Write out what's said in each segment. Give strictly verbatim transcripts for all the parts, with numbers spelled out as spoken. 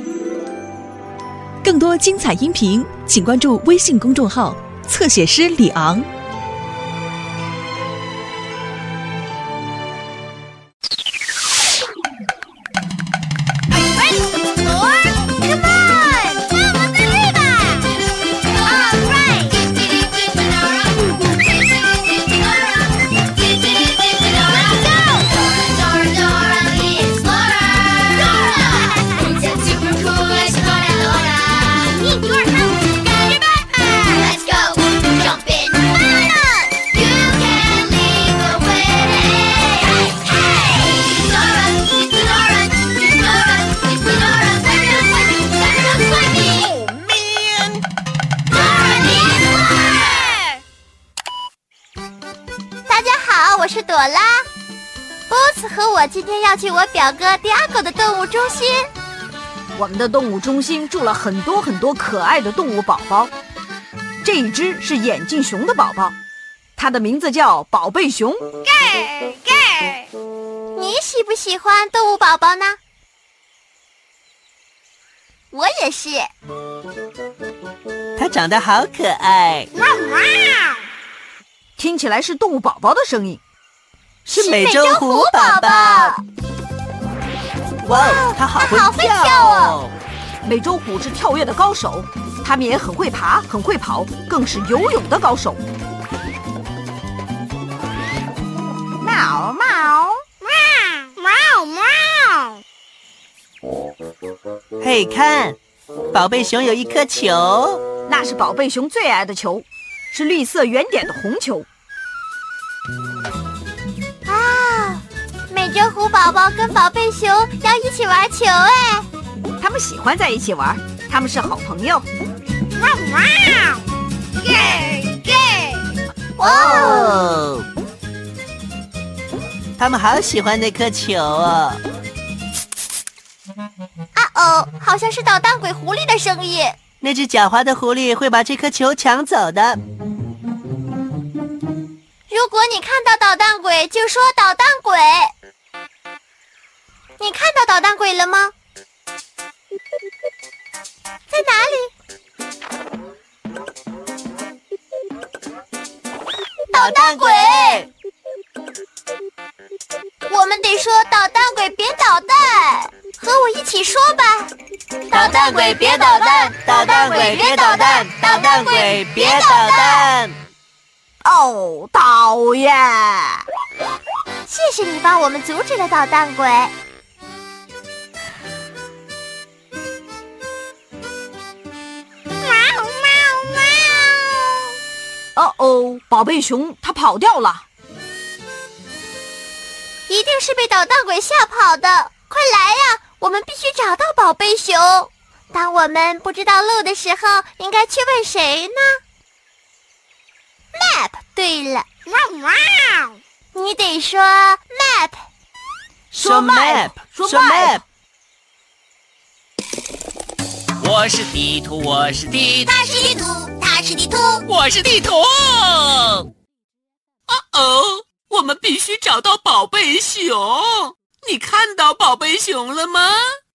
更多精彩音频，请关注微信公众号“侧写师李昂”。 我是朵拉，波斯和我今天要去我表哥迪亚狗的动物中心。 我们的动物中心住了很多很多可爱的动物宝宝，这一只是眼镜熊的宝宝，它的名字叫宝贝熊。 盖盖，你喜不喜欢动物宝宝呢？我也是。 它长得好可爱。 哇哇！ 听起来是动物宝宝的声音。 是美洲虎宝宝。哇，它好会跳哦！ 美洲虎是跳跃的高手，它们也很会爬，很会跑，更是游泳的高手。 喵喵喵喵喵！嘿，看，宝贝熊有一颗球， 那是宝贝熊最爱的球，是绿色圆点的红球。 美洲虎宝宝跟宝贝熊要一起玩球哎， 他们喜欢在一起玩，他们是好朋友。 哇哇！耶耶！ 哦，他们好喜欢那颗球哦。 啊哦，好像是捣蛋鬼狐狸的声音。 那只狡猾的狐狸会把这颗球抢走的。 如果你看到捣蛋鬼，就说捣蛋鬼。你看到捣蛋鬼了吗？在哪里？捣蛋鬼！我们得说捣蛋鬼别捣蛋，和我一起说吧。 捣蛋鬼别捣蛋，捣蛋鬼别捣蛋，捣蛋鬼别捣蛋。 哦，讨厌！ 谢谢你帮我们阻止了捣蛋鬼。 哦哦，宝贝熊它跑掉了， 一定是被捣蛋鬼吓跑的。快来呀，我们必须找到宝贝熊。当我们不知道路的时候，应该去问谁呢 ？Map。对了，哇哇！你得说 map。 说 map， 说 map。 我是地图，我是地图， 他是地图，他是地图， 我是地图。哦哦，我们必须找到宝贝熊。你看到宝贝熊了吗？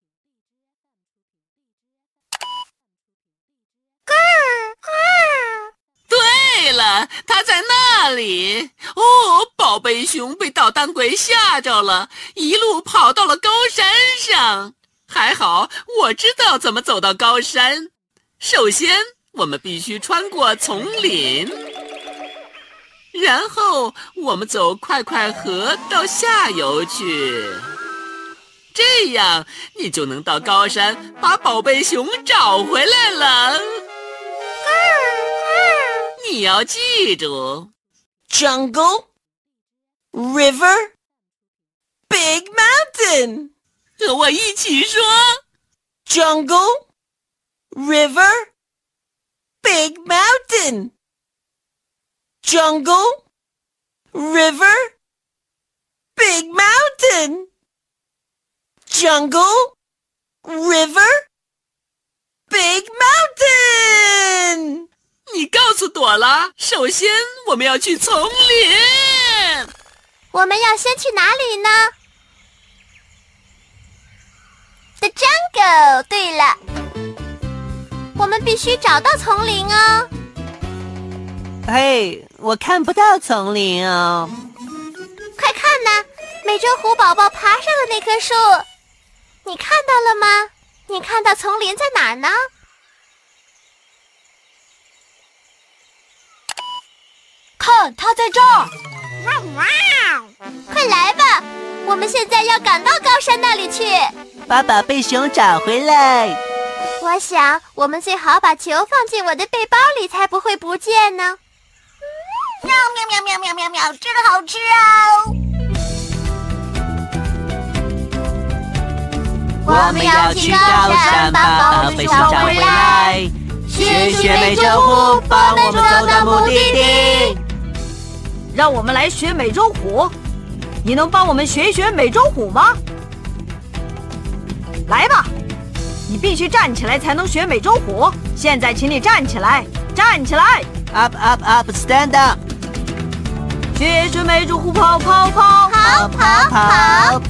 咯咯。 对了，它在那里。哦，宝贝熊被捣蛋鬼吓着了，一路跑到了高山上。还好，我知道怎么走到高山。首先，我们必须穿过丛林，然后我们走快快河到下游去。这样，你就能到高山把宝贝熊找回来了。你要记住 ：Jungle, river, big mountain。 和我一起说 ：Jungle, river, big mountain. Jungle, river, big mountain. Jungle, river, big mountain. 你告诉朵拉，首先我们要去丛林。 我们要先去哪里呢？The jungle。对了， 们必须找到丛林哦。 嘿，我看不到丛林哦。 快看呐，美洲虎宝宝爬上了那棵树，你看到了吗？你看到丛林在哪儿呢？ 看，它在这儿！ 快来吧，我们现在要赶到高山那里去， 把宝贝熊找回来。 我想，我们最好把球放进我的背包里，才不会不见呢。喵喵喵喵喵喵喵，真好吃哦！ 我们要去高山把宝贝熊找回来，谢谢美洲虎帮我们走到目的地。 让我们来学美洲虎，你能帮我们学一学美洲虎吗？来吧，你必须站起来才能学美洲虎。现在请你站起来，站起来 ！Up up up, stand up！ 学学美洲虎跑跑跑， 跑跑跑！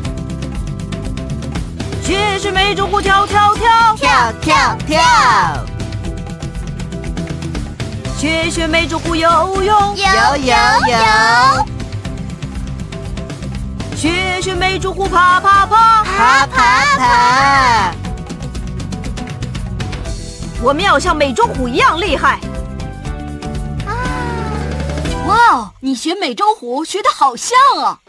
学学美洲虎跳跳跳， 跳跳跳！ 学学美洲虎游泳， 游游游！ 学学美洲虎爬爬爬， 爬爬爬！ 我们要像美洲虎一样厉害！ 啊！ 哇，你学美洲虎学得好像啊！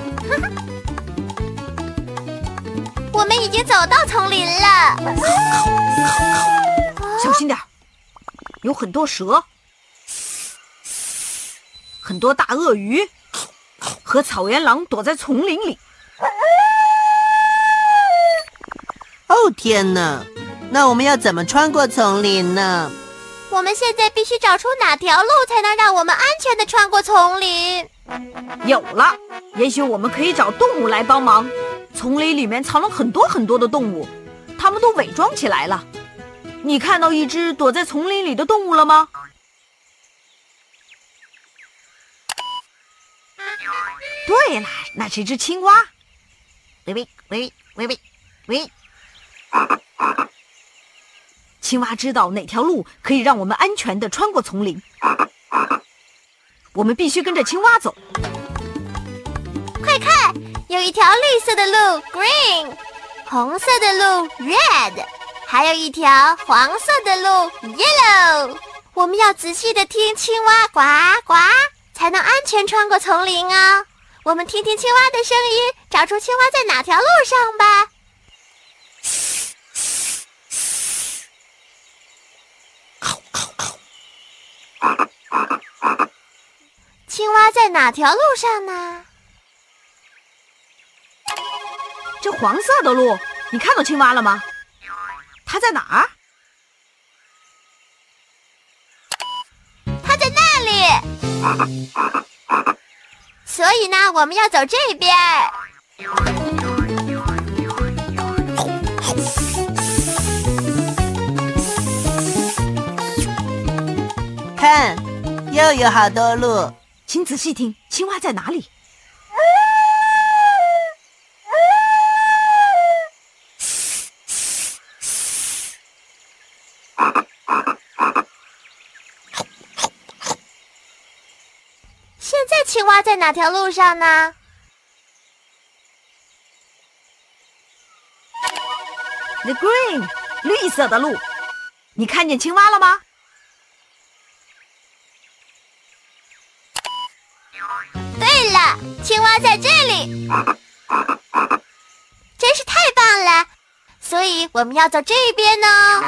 我们已经走到丛林了， 小心点，有很多蛇，很多大鳄鱼和草原狼躲在丛林里。 哦天哪，那我们要怎么穿过丛林呢？ 我们现在必须找出哪条路才能让我们安全地穿过丛林。 有了，也许我们可以找动物来帮忙。丛林里面藏了很多很多的动物，它们都伪装起来了。你看到一只躲在丛林里的动物了吗？对了，那是一只青蛙。喂喂喂喂喂喂！青蛙知道哪条路可以让我们安全地穿过丛林，我们必须跟着青蛙走。 快看，有一条绿色的路 green， 红色的路 red， 还有一条黄色的路 yellow。我们要仔细地听青蛙呱呱，才能安全穿过丛林啊！我们听听青蛙的声音，找出青蛙在哪条路上吧。青蛙在哪条路上呢？ 这黄色的路，你看到青蛙了吗？它在哪儿？ 它在那里。所以呢，我们要走这边。 看，又有好多路。 请仔细听，青蛙在哪里？ 现在青蛙在哪条路上呢？ The green， 绿色的路。你看见青蛙了吗？ 对了，青蛙在这里。真是太棒了！所以我们要走这边哦。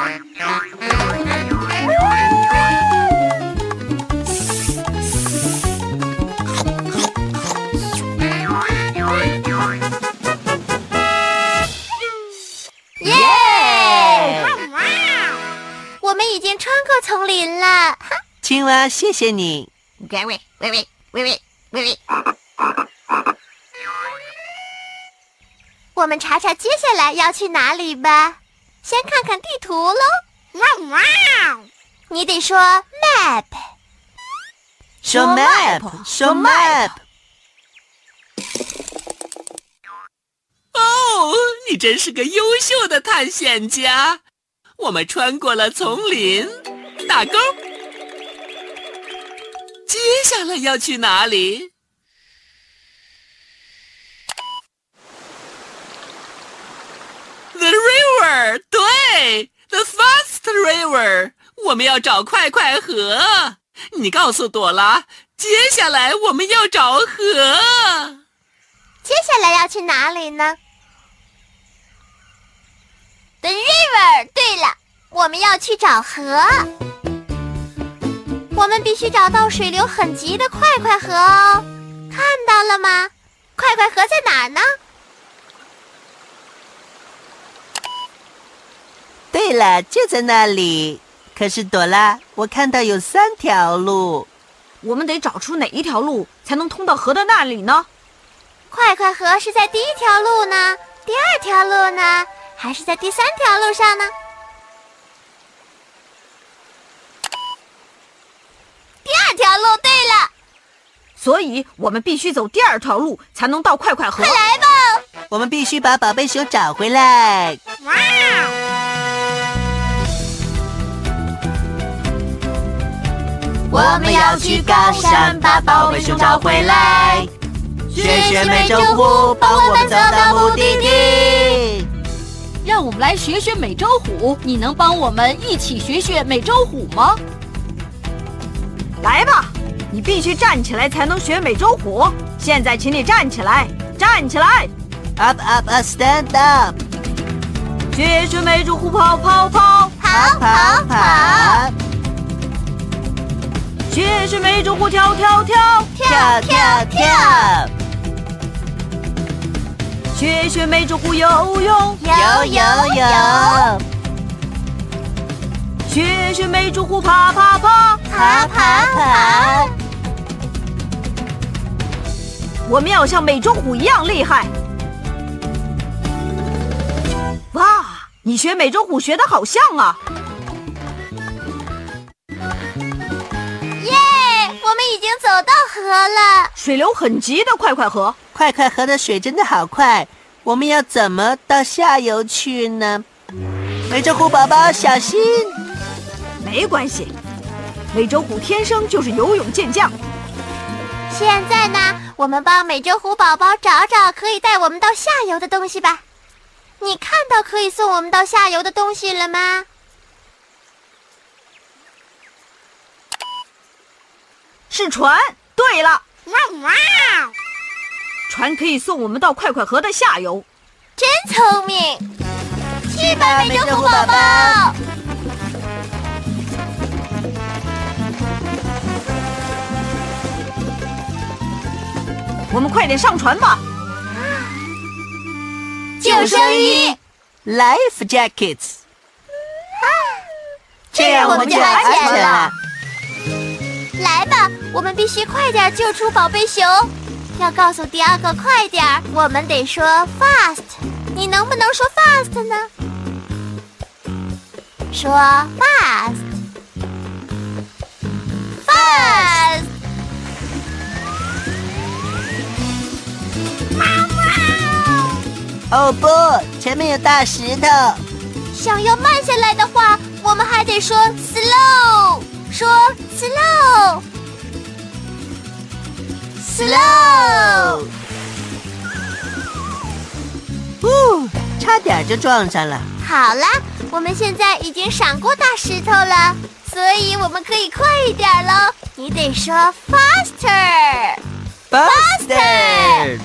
耶！我们已经穿过丛林了。 青蛙，谢谢你。 喂喂喂喂喂喂喂喂。我们查查接下来要去哪里吧。先看看地图喽。你得说 map。 说 map， 说 map。 哦，你真是个优秀的探险家！ 我们穿过了丛林，打勾。接下来要去哪里？ The river， 对 ，the fast river， 我们要找快快河。你告诉朵拉，接下来我们要找河。 接下来要去哪里呢 ？The river。对了，我们要去找河。我们必须找到水流很急的快快河哦。看到了吗？快快河在哪儿呢？ 对了，就在那里。可是朵拉，我看到有三条路， 我们得找出哪一条路才能通到河的那里呢？ 快快河是在第一条路呢，第二条路呢，还是在第三条路上呢？第二条路。对了， 所以我们必须走第二条路才能到快快河。 快来吧！ 我们必须把宝贝熊找回来。 哇！ 我们要去高山，把宝贝熊找回来。学学美洲虎，帮我们走到目的地。 让我们来学学美洲虎，你能帮我们一起学学美洲虎吗？ 来吧，你必须站起来才能学美洲虎。现在，请你站起来，站起来 ！Up up up, stand up！ 学学美洲虎，跑跑跑， 跑跑跑！ 学学美洲虎，跳跳跳， 跳跳跳！ 学学美洲虎，游泳， 游游游！ 学学美洲虎，爬爬爬， 爬爬爬！ 我们要像美洲虎一样厉害！哇，你学美洲虎学得好像啊！ 我们已经走到河了， 水流很急的快快河。 快快河的水真的好快，我们要怎么到下游去呢？美洲虎宝宝小心！ 没关系，美洲虎天生就是游泳健将。 现在呢，我们帮美洲虎宝宝找找可以带我们到下游的东西吧。你看到可以送我们到下游的东西了吗？ 是船。对了， 哇哇！ 船可以送我们到快快河的下游。 真聪明！去吧，美洲虎宝宝！ 我们快点上船吧！ 救生衣 ，Life jackets， 这样我们就安全了。 了。 来吧，我们必须快点救出宝贝熊。要告诉第二个快点，我们得说 fast。你能不能说 fast 呢？说 fast，fast。 哦不，前面有大石头。 想要慢下来的话，我们还得说 slow。说 slow，slow。 呜，差点就撞上了。 好啦，我们现在已经闪过大石头了，所以我们可以快一点了。你得说 faster，faster。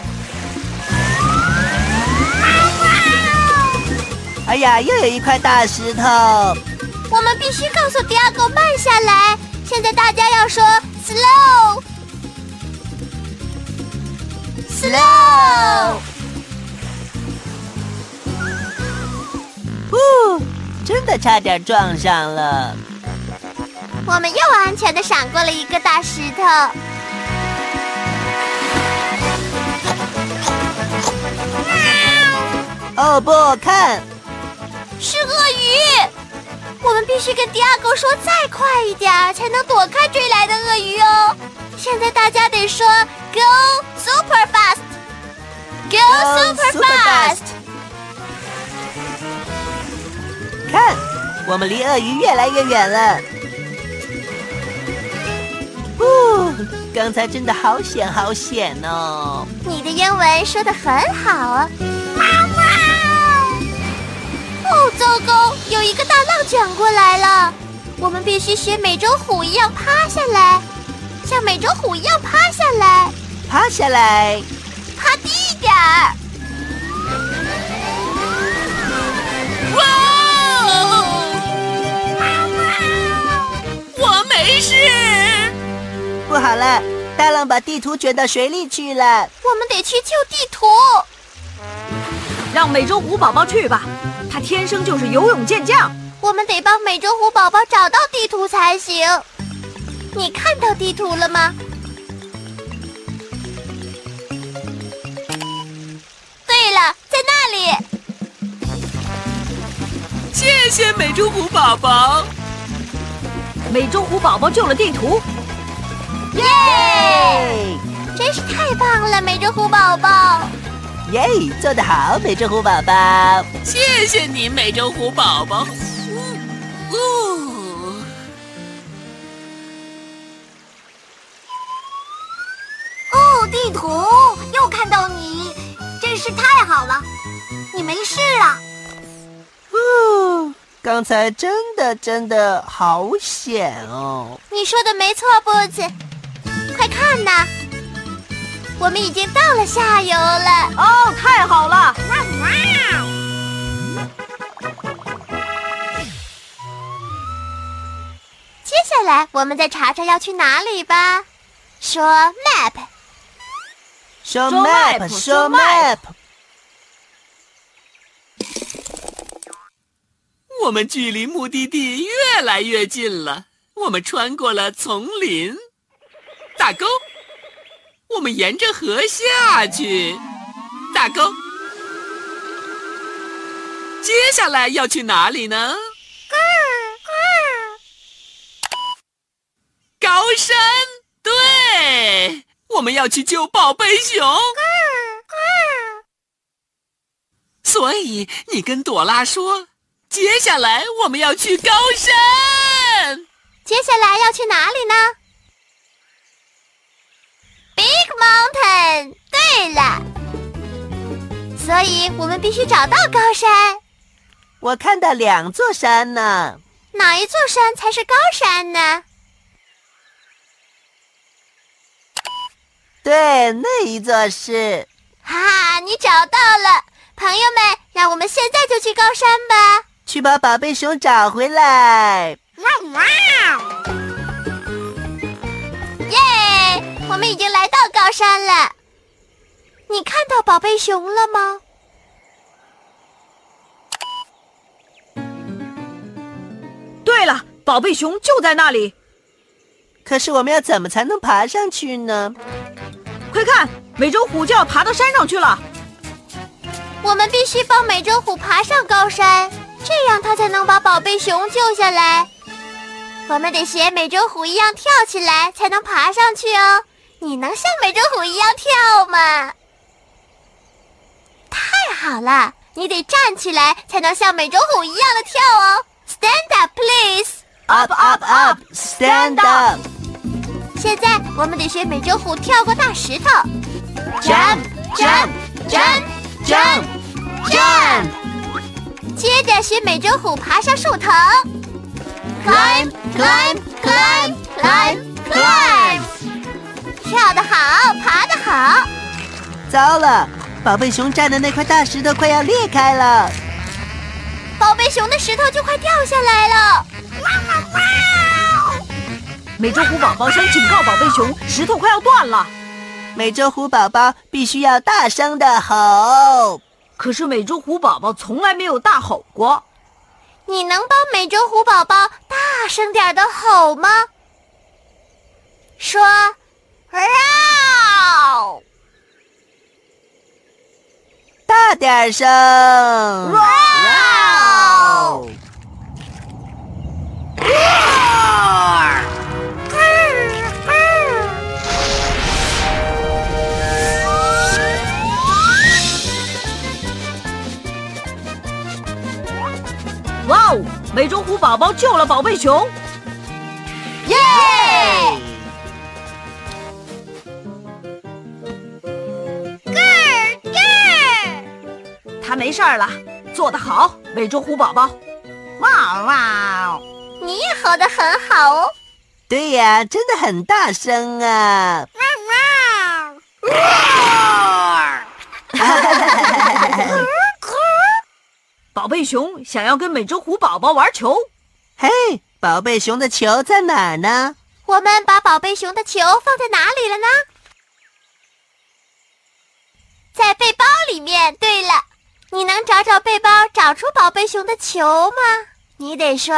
哎呀，又有一块大石头。 我们必须告诉第二个慢下来。现在大家要说 slow，slow。 呜，真的差点撞上了。 我们又安全地闪过了一个大石头。 哦不，看， 是鳄鱼。我们必须跟第二个说再快一点，才能躲开追来的鳄鱼哦。现在大家得说 go super fast，go super fast。 看， 我们离鳄鱼越来越远了。哦，刚才真的好险好险哦！ 你的英文说得很好啊！妈妈！哦，糟糕，有一个大浪卷过来了，我们必须学美洲虎一样趴下来，像美洲虎一样趴下来， 趴下来， 趴低一点儿。 哇哦！我没事。 不好了，大浪把地图卷到水里去了。 我们得去救地图。 让美洲虎宝宝去吧，他天生就是游泳健将。 我们得帮美洲虎宝宝找到地图才行。你看到地图了吗？对了，在那里。 谢谢美洲虎宝宝。 美洲虎宝宝救了地图。 耶！真是太棒了，美洲虎宝宝！ 耶，做得好，美洲虎宝宝！ 谢谢你，美洲虎宝宝。哦， 哦，地图又看到你，真是太好了！你没事啊？ 哦，刚才真的真的好险哦！ 你说的没错，布子。快看呐，我们已经到了下游了。 哦，太好了！ 接下来我们再查查要去哪里吧。说 map， 说 map， map， 说说 map map。 我们距离目的地越来越近了。我们穿过了丛林。大沟，我们沿着河下去。大沟，接下来要去哪里呢？高山，对，我们要去救宝贝熊。所以你跟朵拉说，接下来我们要去高山。 接下来要去哪里呢？Big Mountain， 对了，所以我们必须找到高山。 我看到两座山呢。 哪一座山才是高山呢？ 对，那一座是。 哈，你找到了，朋友们，让我们现在就去高山吧。 去把宝贝熊找回来。 耶！我们已经来到高山了。你看到宝贝熊了吗？ 对了，宝贝熊就在那里。 可是我们要怎么才能爬上去呢？ 快看，美洲虎就要爬到山上去了。 我们必须帮美洲虎爬上高山，这样它才能把宝贝熊救下来。我们得学美洲虎一样跳起来，才能爬上去哦。你能像美洲虎一样跳吗？太好了，你得站起来，才能像美洲虎一样的跳哦。Stand up, please. Up, up, up, stand up. 现在我们得学美洲虎跳过大石头。 Jump, jump, jump, jump, jump. 接着学美洲虎爬上树藤。 Climb, climb, climb, climb, climb. 跳得好，爬得好。 糟了，宝贝熊站的那块大石头快要裂开了。 宝贝熊的石头就快掉下来了。 美洲虎宝宝想警告宝贝熊，石头快要断了。 美洲虎宝宝必须要大声的吼。 可是美洲虎宝宝从来没有大吼过。 你能帮美洲虎宝宝大声点的吼吗？说 ，Roar！ 大点声 Roar！ Roar！ 哇哦，美洲虎宝宝救了宝贝熊！ 耶！咯儿咯儿， 他没事儿了，做得好，美洲虎宝宝！哇哇！ 你也吼得很好哦。 对呀，真的很大声啊！ 宝贝熊想要跟美洲虎宝宝玩球。 嘿，宝贝熊的球在哪儿呢？ 我们把宝贝熊的球放在哪里了呢？在背包里面。对了，你能找找背包，找出宝贝熊的球吗？你得说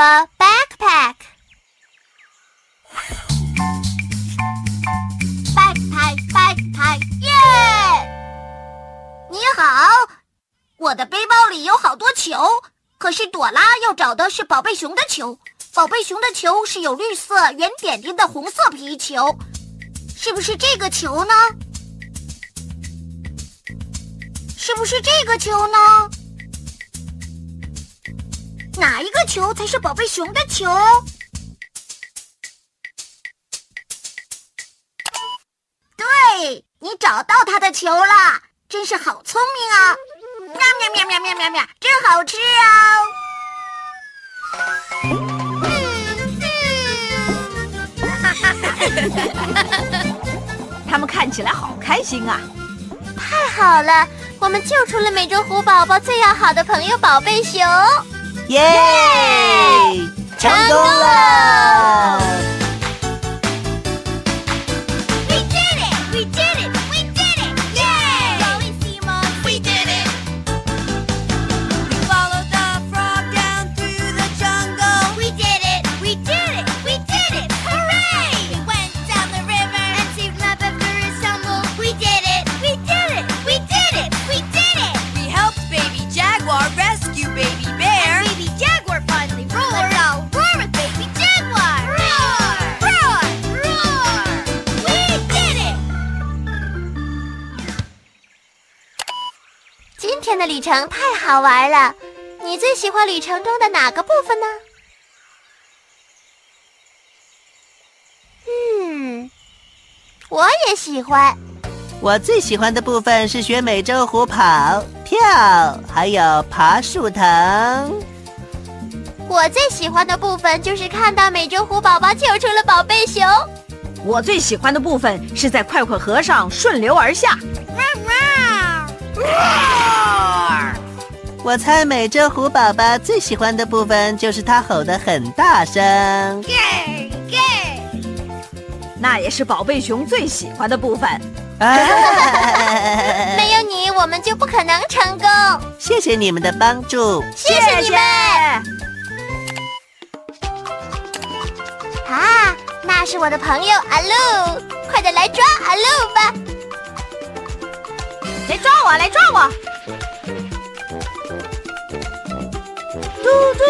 backpack。backpack，backpack， 耶！你好，我的背包里有好多球，可是朵拉要找的是宝贝熊的球。宝贝熊的球是有绿色圆点点的红色皮球，是不是这个球呢？是不是这个球呢？哪一个球才是宝贝熊的球？对，你找到它的球了，真是好聪明啊！喵喵喵喵喵喵喵，真好吃啊！ 他们看起来好开心啊！ 太好了，我们救出了美洲虎宝宝最要好的朋友宝贝熊！ 耶！成功了！ We did it! We did it! We did it! Yay! We did it! We followed the frog down through the jungle. We did it! We did it! We did it! Hooray! We went down the river And saved map after a tumble. We did it! We did it! We did it! We did it! We helped baby jaguar rescue baby bear. And baby jaguar finally roared. Let's all roar with baby jaguar! Roar! Roar! Roar! We did it! 今天的旅程太好玩了，你最喜欢旅程中的哪个部分呢？嗯，我也喜欢。 我最喜欢的部分是学美洲虎跑、跳，还有爬树藤。 我最喜欢的部分就是看到美洲虎宝宝救出了宝贝熊。 我最喜欢的部分是在快快河上顺流而下。 我猜美洲虎宝宝最喜欢的部分就是他吼得很大声。 那也是宝贝熊最喜欢的部分。 没有你，我们就不可能成功。 谢谢你们的帮助。 谢谢你们。啊，那是我的朋友阿露，快点来抓阿露吧！ 来抓我，来抓我！嘟嘟，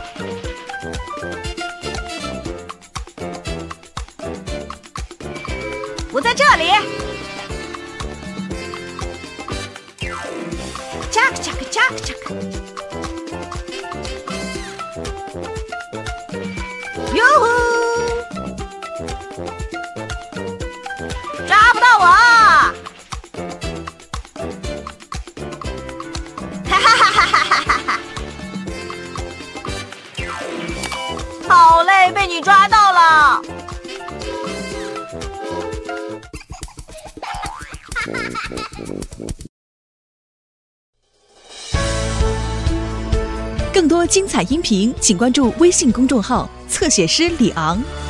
我在这里。Jack Jack Jack Jack， 哟呼，抓不到我！哈哈哈哈哈哈哈！好嘞，被你抓到了。 更多精彩音频，请关注微信公众号“侧写师李昂”。